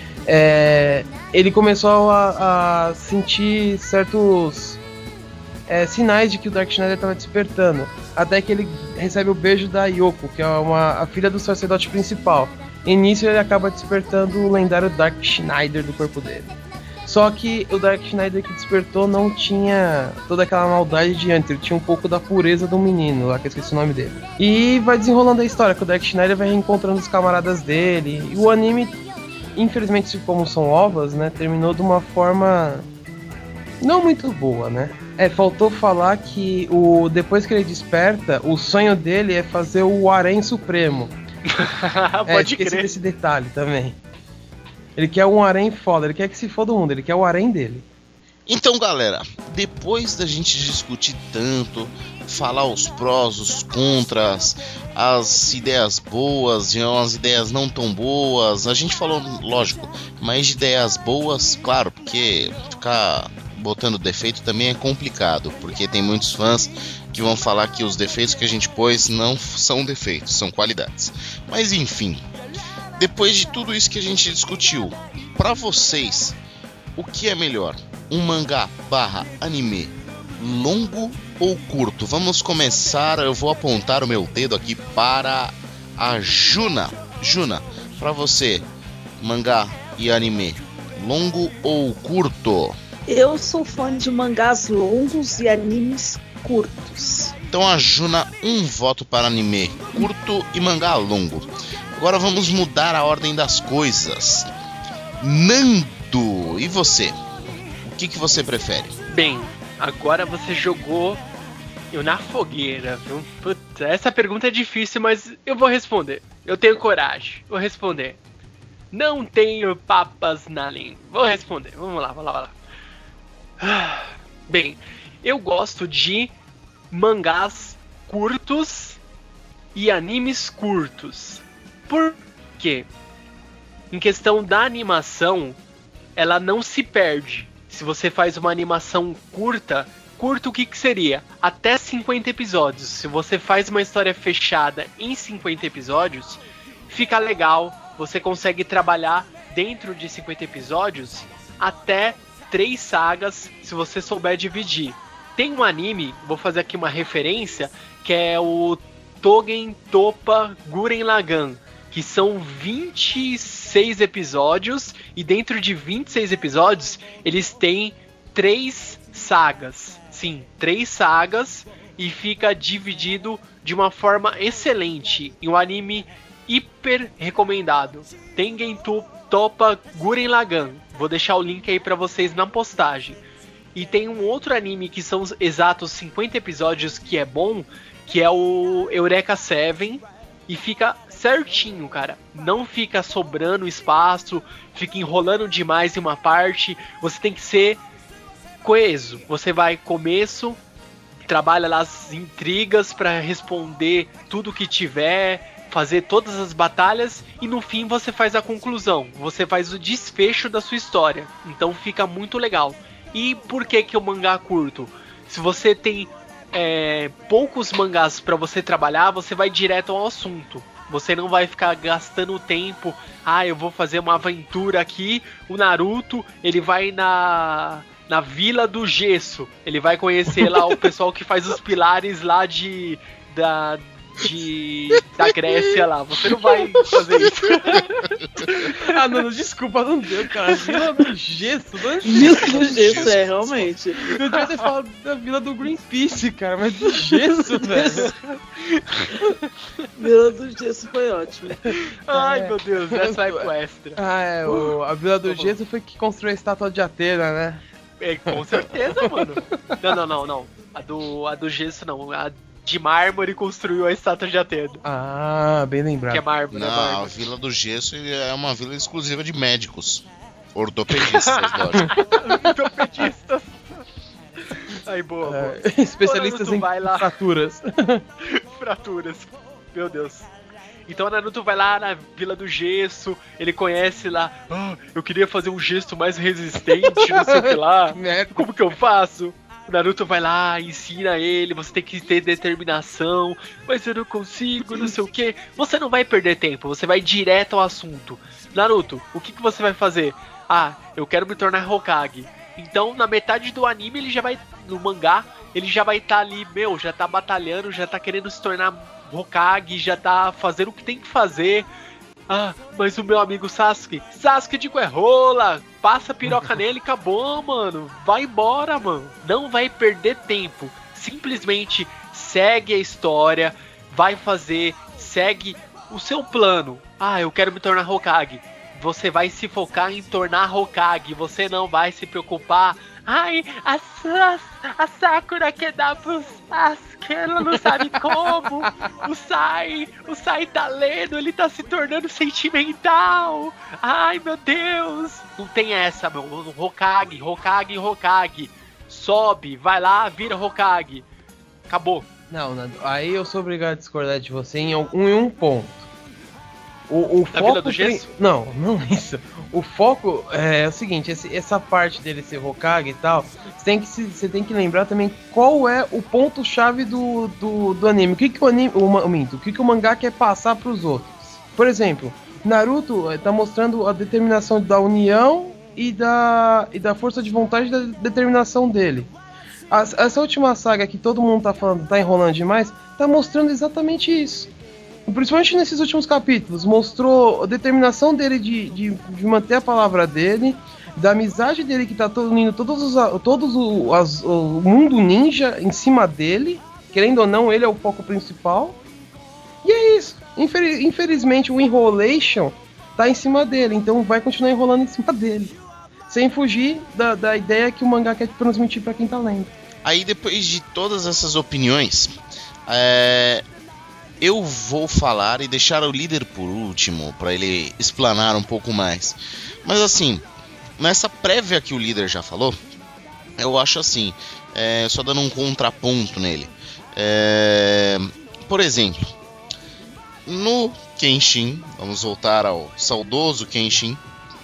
É, ele começou a, a sentir certos é, sinais de que o Dark Schneider estava despertando. Até que ele recebe o beijo da Yoko, que é uma, a filha do sacerdote principal. E nisso ele acaba despertando o lendário Dark Schneider do corpo dele. Só que o Dark Schneider que despertou não tinha toda aquela maldade de antes, ele tinha um pouco da pureza do menino, lá que eu esqueci o nome dele. E vai desenrolando a história, que o Dark Schneider vai reencontrando os camaradas dele. E o anime, infelizmente, como são ovas, né, terminou de uma forma não muito boa, né? É, faltou falar que o, depois que ele desperta, o sonho dele é fazer o Harém Supremo. É, Pode esqueci crer. desse detalhe também. Ele quer um harém foda, ele quer que se foda o mundo, ele quer o harém dele. Então, galera, depois da gente discutir tanto, falar os prós, os contras, as ideias boas e as ideias não tão boas, a gente falou, lógico, mais de ideias boas, claro, porque ficar botando defeito também é complicado, porque tem muitos fãs que vão falar que os defeitos que a gente pôs não são defeitos, são qualidades. Mas enfim, depois de tudo isso que a gente discutiu, pra vocês, o que é melhor? Um mangá barra anime longo ou curto? Vamos começar, eu vou apontar o meu dedo aqui para a Juna. Juna, pra você, mangá e anime, longo ou curto? Eu sou fã de mangás longos e animes curtos. Então a Juna, um voto para anime curto e mangá longo. Agora vamos mudar a ordem das coisas. Nando, e você? O que, que você prefere? Bem, agora você jogou eu na fogueira, viu? Puta, essa pergunta é difícil, mas eu vou responder. Eu tenho coragem, vou responder. Não tenho papas na língua. Vou responder, vamos lá, vamos lá, vamos lá. Ah, bem, eu gosto de mangás curtos e animes curtos. Por quê? Em questão da animação, ela não se perde. Se você faz uma animação curta, curto o que, que seria? Até cinquenta episódios. Se você faz uma história fechada em cinquenta episódios, fica legal. Você consegue trabalhar dentro de cinquenta episódios até três sagas, se você souber dividir. Tem um anime, vou fazer aqui uma referência, que é o Tougen Toppa Gurren Lagann, que são vinte e seis episódios, e dentro de vinte e seis episódios, eles têm três sagas. Sim, três sagas, e fica dividido de uma forma excelente, em um anime hiper recomendado. Tengen Toppa Gurren Lagann. Vou deixar o link aí pra vocês na postagem. E tem um outro anime que são os exatos cinquenta episódios que é bom, que é o Eureka Seven, e fica certinho, cara. Não fica sobrando espaço, fica enrolando demais em uma parte. Você tem que ser coeso. Você vai começo, trabalha lá as intrigas pra responder tudo que tiver, fazer todas as batalhas, e no fim você faz a conclusão, você faz o desfecho da sua história. Então fica muito legal. E por que que o mangá curto? Se você tem é, poucos mangás para você trabalhar, você vai direto ao assunto. Você não vai ficar gastando tempo. Ah, eu vou fazer uma aventura aqui. O Naruto, ele vai na na Vila do Gesso. Ele vai conhecer lá o pessoal que faz os pilares lá de da de da Grécia lá. Você não vai fazer isso. Ah, não, desculpa, não deu, cara. Vila do Gesso, não é Vila do Gesso, é, realmente. Eu devia ter falado da Vila do Greenpeace, cara, mas do Gesso, velho. Vila do Gesso foi ótimo. Ai, É. meu Deus, essa é pro extra. Ah, é, o, a Vila do Gesso foi que construiu a estátua de Atena, né? É, com certeza, mano. Não, não, não, não. A do, a do gesso não. A de mármore construiu a estátua de Atena. Ah, bem lembrado. Que é mármore, Não, é a mármore. Vila do Gesso é uma vila exclusiva de médicos. Ortopedistas, lógico. Ortopedistas. Aí, boa, boa. É, especialistas Naruto em vai lá. fraturas. Fraturas. Meu Deus. Então o Naruto vai lá na Vila do Gesso, ele conhece lá, ah, eu queria fazer um gesto mais resistente, não sei o que lá. Merda. Como que eu faço? O Naruto vai lá, ensina ele, você tem que ter determinação, mas eu não consigo, não sei o que. Você não vai perder tempo, você vai direto ao assunto. Naruto, o que, que você vai fazer? Ah, eu quero me tornar Hokage. Então, na metade do anime, ele já vai, no mangá, ele já vai estar tá ali, meu, já tá batalhando, já tá querendo se tornar Hokage, já tá fazendo o que tem que fazer. Ah, mas o meu amigo Sasuke, Sasuke de rola, passa a piroca nele e acabou, mano. Vai embora, mano. Não vai perder tempo. Simplesmente segue a história, vai fazer, segue o seu plano. Ah, eu quero me tornar Hokage. Você vai se focar em tornar Hokage. Você não vai se preocupar. Ai, a, Sa- a Sakura quer dar pro Sasuke, ela não sabe como. O Sai, o Sai tá lendo, ele tá se tornando sentimental. Ai, meu Deus. Não tem essa, meu. Hokage, Hokage, Hokage. Sobe, vai lá, vira Hokage. Acabou. Não, Nando, aí eu sou obrigado a discordar de você em um, em um ponto. O, o Na foco Vila do pri- Gesso? Não, não isso. O foco é, é o seguinte, esse- essa parte dele ser Hokage e tal, você tem que, se- você tem que lembrar também qual é o ponto-chave do, do, do anime. O que, que o anime. O, ma- minto, o que, que o mangá quer passar pros outros. Por exemplo, Naruto eh, tá mostrando a determinação da união e da, e da força de vontade da determinação dele. As- essa última saga que todo mundo tá falando, tá enrolando demais, tá mostrando exatamente isso. Principalmente nesses últimos capítulos, mostrou a determinação dele de, de, de manter a palavra dele, da amizade dele que tá todo, unindo todos os, a- todos o, as- o mundo ninja em cima dele, querendo ou não, ele é o foco principal. E é isso. Infeliz- infelizmente o Enrolation tá em cima dele, então vai continuar enrolando em cima dele. Sem fugir da, da ideia que o mangá quer transmitir pra quem tá lendo. Aí depois de todas essas opiniões, é, eu vou falar e deixar o líder por último, para ele explanar um pouco mais. Mas assim, nessa prévia que o líder já falou, eu acho assim, é, só dando um contraponto nele. É, por exemplo, no Kenshin, vamos voltar ao saudoso Kenshin,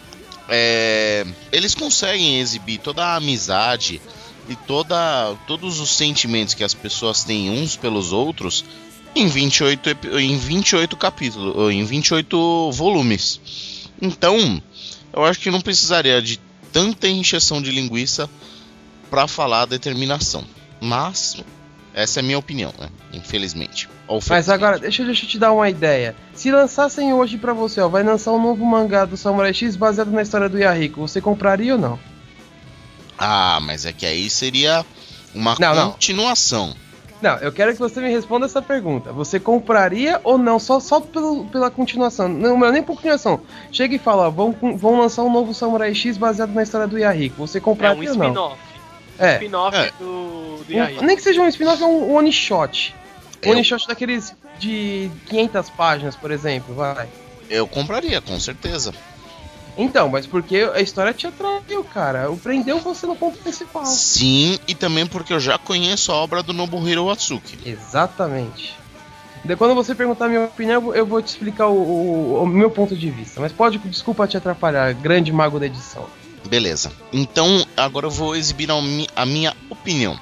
é, eles conseguem exibir toda a amizade e toda, todos os sentimentos que as pessoas têm uns pelos outros em vinte e oito, epi- em vinte e oito capítulos, ou em vinte e oito volumes. Então, eu acho que não precisaria de tanta encheção de linguiça para falar a determinação. Mas essa é a minha opinião, né? Infelizmente. Ou Mas felizmente. agora, deixa, deixa eu te dar uma ideia. Se lançassem hoje pra você, ó, vai lançar um novo mangá do Samurai X baseado na história do Yahiko, você compraria ou não? Ah, mas é que aí seria uma Não, não. continuação. Não, eu quero que você me responda essa pergunta. Você compraria ou não? Só, só pelo, pela continuação. Não, não, nem por continuação. Chega e fala, ó, vão, vão lançar um novo Samurai X baseado na história do Yahiko. Você É um compraria ou não? spin-off. É. Spin-off É. do, do Um- Yahiko. nem que seja um spin-off, é um one shot. Um Eu- one shot daqueles de quinhentas páginas, por exemplo, vai. Eu compraria, com certeza. Então, mas porque a história te atraiu, cara. O prendeu você no ponto principal. Sim, e também porque eu já conheço a obra do Nobuhiro Watsuki. Exatamente. De quando você perguntar a minha opinião, eu vou- eu vou te explicar o, o- o meu ponto de vista. Mas pode, desculpa te atrapalhar, grande mago da edição. Beleza. Então, agora eu vou exibir a, mi- a minha opinião.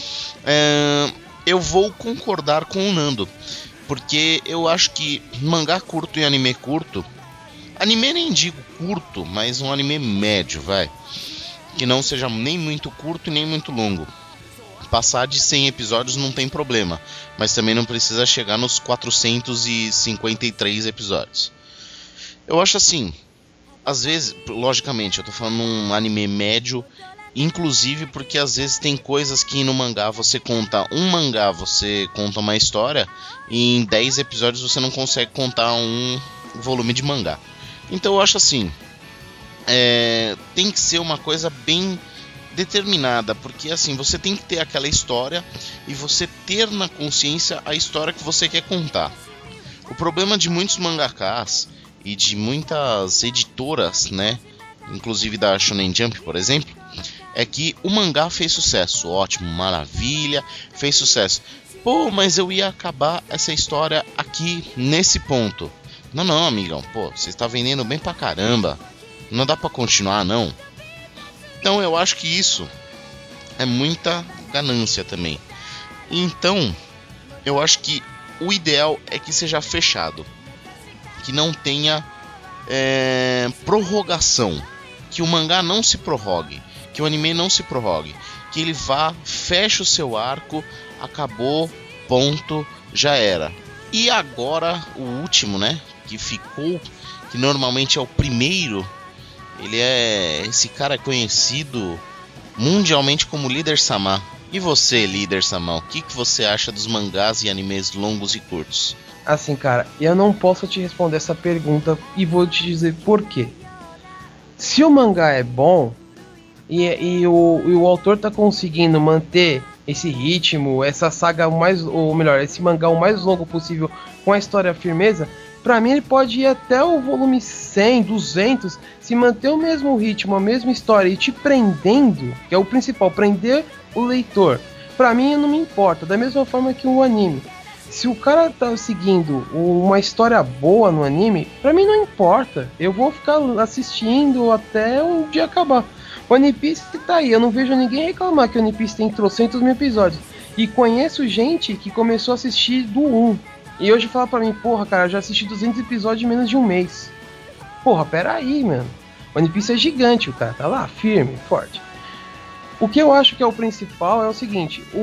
É, eu vou concordar com o Nando. Porque eu acho que mangá curto e anime curto... Anime nem digo curto, mas um anime médio, vai. Que não seja nem muito curto e nem muito longo. passar de cem episódios não tem problema, mas também não precisa chegar nos quatrocentos e cinquenta e três episódios. Eu acho assim, às vezes, logicamente, eu tô falando um anime médio, inclusive porque às vezes tem coisas que no mangá você conta um mangá, você conta uma história, e em dez episódios você não consegue contar um volume de mangá. Então eu acho assim, é, tem que ser uma coisa bem determinada, porque assim, você tem que ter aquela história e você ter na consciência a história que você quer contar. O problema de muitos mangakas e de muitas editoras, né, inclusive da Shonen Jump, por exemplo, é que o mangá fez sucesso, ótimo, maravilha, fez sucesso. Pô, mas eu ia acabar essa história aqui, nesse ponto. Não, não, amigão, pô, você está vendendo bem pra caramba, não dá pra continuar, não. Então eu acho que isso é muita ganância também. Então, eu acho que o ideal é que seja fechado, que não tenha é, prorrogação, que o mangá não se prorrogue, que o anime não se prorrogue, que ele vá, feche o seu arco, acabou, ponto, já era. E agora o último, né, que ficou, que normalmente é o primeiro, ele é, esse cara é conhecido mundialmente como Líder Sama. E você, Líder Sama, o que, que você acha dos mangás e animes longos e curtos? Assim, cara, eu não posso te responder essa pergunta e vou te dizer por quê. Se o mangá é bom e, e, o, e o autor tá conseguindo manter esse ritmo, essa saga mais, ou melhor, esse mangá o mais longo possível com a história firmeza, pra mim ele pode ir até o volume cem, duzentos, se manter o mesmo ritmo, a mesma história e te prendendo, que é o principal, prender o leitor. Pra mim não me importa, da mesma forma que um anime. Se o cara tá seguindo uma história boa no anime, pra mim não importa. Eu vou ficar assistindo até o dia acabar. O One Piece tá aí, eu não vejo ninguém reclamar que o One Piece tem trocentos mil episódios. E conheço gente que começou a assistir do um. E hoje fala pra mim, porra, cara, eu já assisti duzentos episódios em menos de um mês. Porra, peraí, mano. O One Piece é gigante, o cara tá lá, firme, forte. O que eu acho que é o principal é o seguinte, o,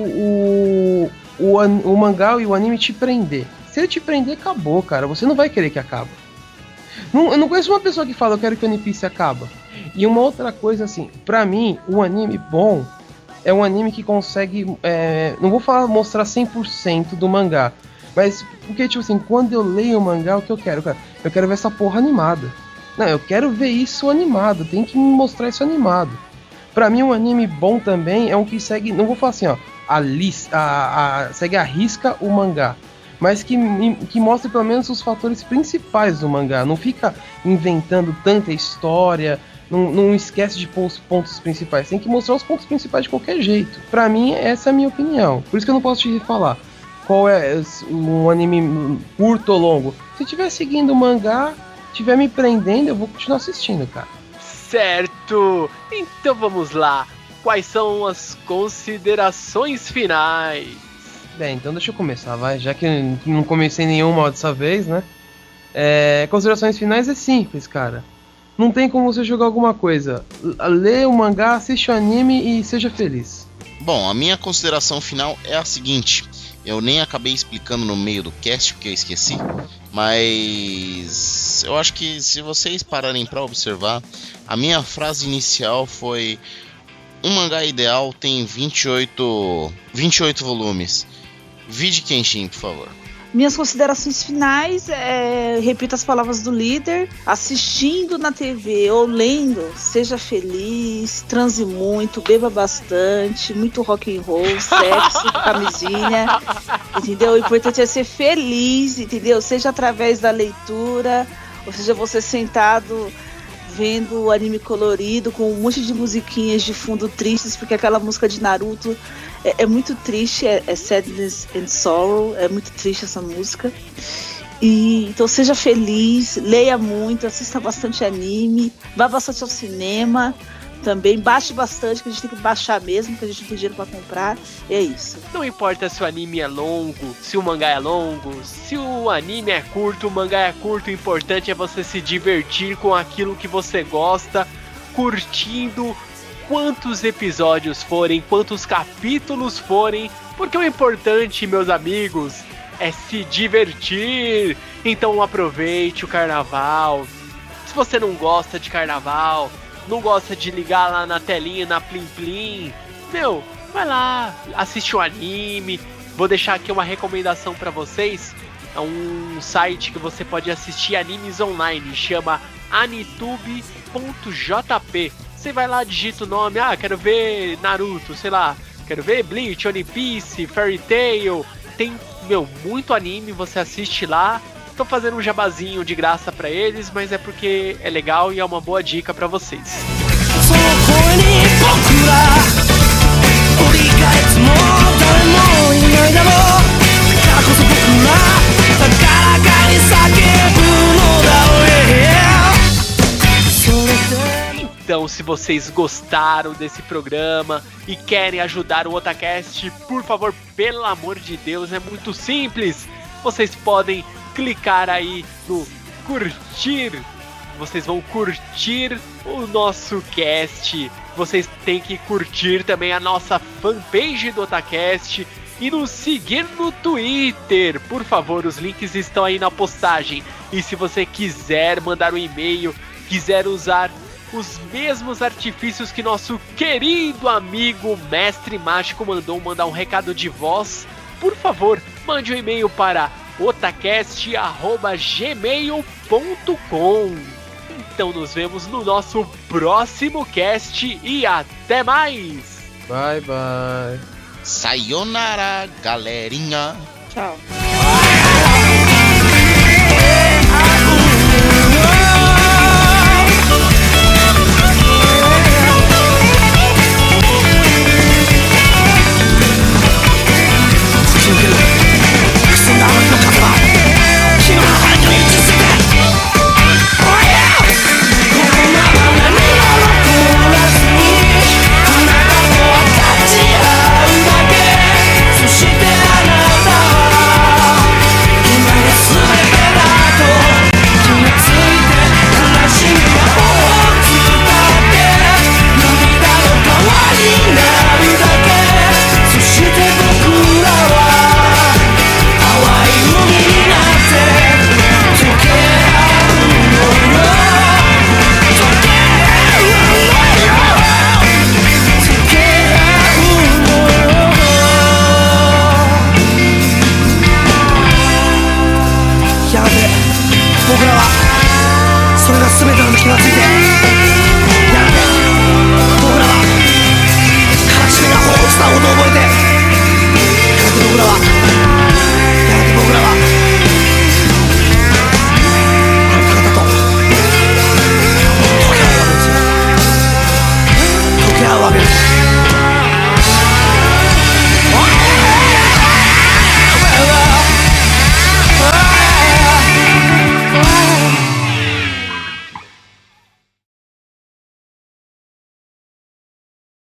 o, o, o, o mangá e o anime te prender. Se ele te prender, acabou, cara. Você não vai querer que acabe. Não, eu não conheço uma pessoa que fala, eu quero que o One Piece acabe. E uma outra coisa assim, pra mim, um anime bom é um anime que consegue, é, não vou falar mostrar cem por cento do mangá, mas porque, tipo assim, quando eu leio o mangá, o que eu quero, cara? Eu quero ver essa porra animada. Não, eu quero ver isso animado, tem que me mostrar isso animado. Pra mim, um anime bom também é um que segue, não vou falar assim, ó, a lista, a, a, segue a risca o mangá, mas que, que mostre pelo menos os fatores principais do mangá. Não fica inventando tanta história, não, não esquece de pôr os pontos principais. Tem que mostrar os pontos principais de qualquer jeito. Pra mim, essa é a minha opinião. Por isso que eu não posso te falar qual é um anime curto ou longo. Se estiver seguindo o mangá, estiver me prendendo, eu vou continuar assistindo, cara. Certo! Então vamos lá. Quais são as considerações finais? Bem, então deixa eu começar, vai. Já que não comecei nenhuma dessa vez, né? É, considerações finais é simples, cara. Não tem como você jogar alguma coisa. Lê o mangá, assiste o anime e seja feliz. Bom, a minha consideração final é a seguinte. Eu nem acabei explicando no meio do cast porque eu esqueci. Mas eu acho que se vocês pararem para observar, a minha frase inicial foi: um mangá ideal tem vinte e oito, vinte e oito volumes. Vide Kenshin, por favor. Minhas considerações finais, é, repito as palavras do líder: assistindo na T V ou lendo, seja feliz, transe muito, beba bastante, muito rock and roll, sexo, camisinha, entendeu? O importante é ser feliz, entendeu? Seja através da leitura, ou seja, você sentado vendo o anime colorido com um monte de musiquinhas de fundo tristes, porque aquela música de Naruto é, é muito triste, é, é Sadness and Sorrow, é muito triste essa música. E, então seja feliz, leia muito, assista bastante anime, vá bastante ao cinema também, baixe bastante, que a gente tem que baixar mesmo, que a gente não tem dinheiro pra comprar, é isso. Não importa se o anime é longo, se o mangá é longo, se o anime é curto, o mangá é curto, o importante é você se divertir com aquilo que você gosta, curtindo quantos episódios forem, quantos capítulos forem, porque o importante, meus amigos, é se divertir. Então aproveite o carnaval. Se você não gosta de carnaval, não gosta de ligar lá na telinha, na Plim Plim, meu, vai lá, assiste um anime. Vou deixar aqui uma recomendação pra vocês. É um site que você pode assistir animes online, chama anitube ponto j p. Você vai lá, digita o nome, ah, quero ver Naruto, sei lá, quero ver Bleach, One Piece, Fairy Tail. Tem, meu, muito anime, você assiste lá. Tô fazendo um jabazinho de graça pra eles, mas é porque é legal e é uma boa dica pra vocês. Então, se vocês gostaram desse programa e querem ajudar o Otacast, por favor, pelo amor de Deus, é muito simples. Vocês podem clicar aí no curtir. Vocês vão curtir o nosso cast. Vocês têm que curtir também a nossa fanpage do Otacast e nos seguir no Twitter. Por favor, os links estão aí na postagem. E se você quiser mandar um e-mail, quiser usar os mesmos artifícios que nosso querido amigo Mestre Mágico mandou, mandar um recado de voz, por favor, mande um e-mail para otacast arroba gmail ponto com. Então nos vemos no nosso próximo cast e até mais! Bye, bye. Sayonara, galerinha. Tchau.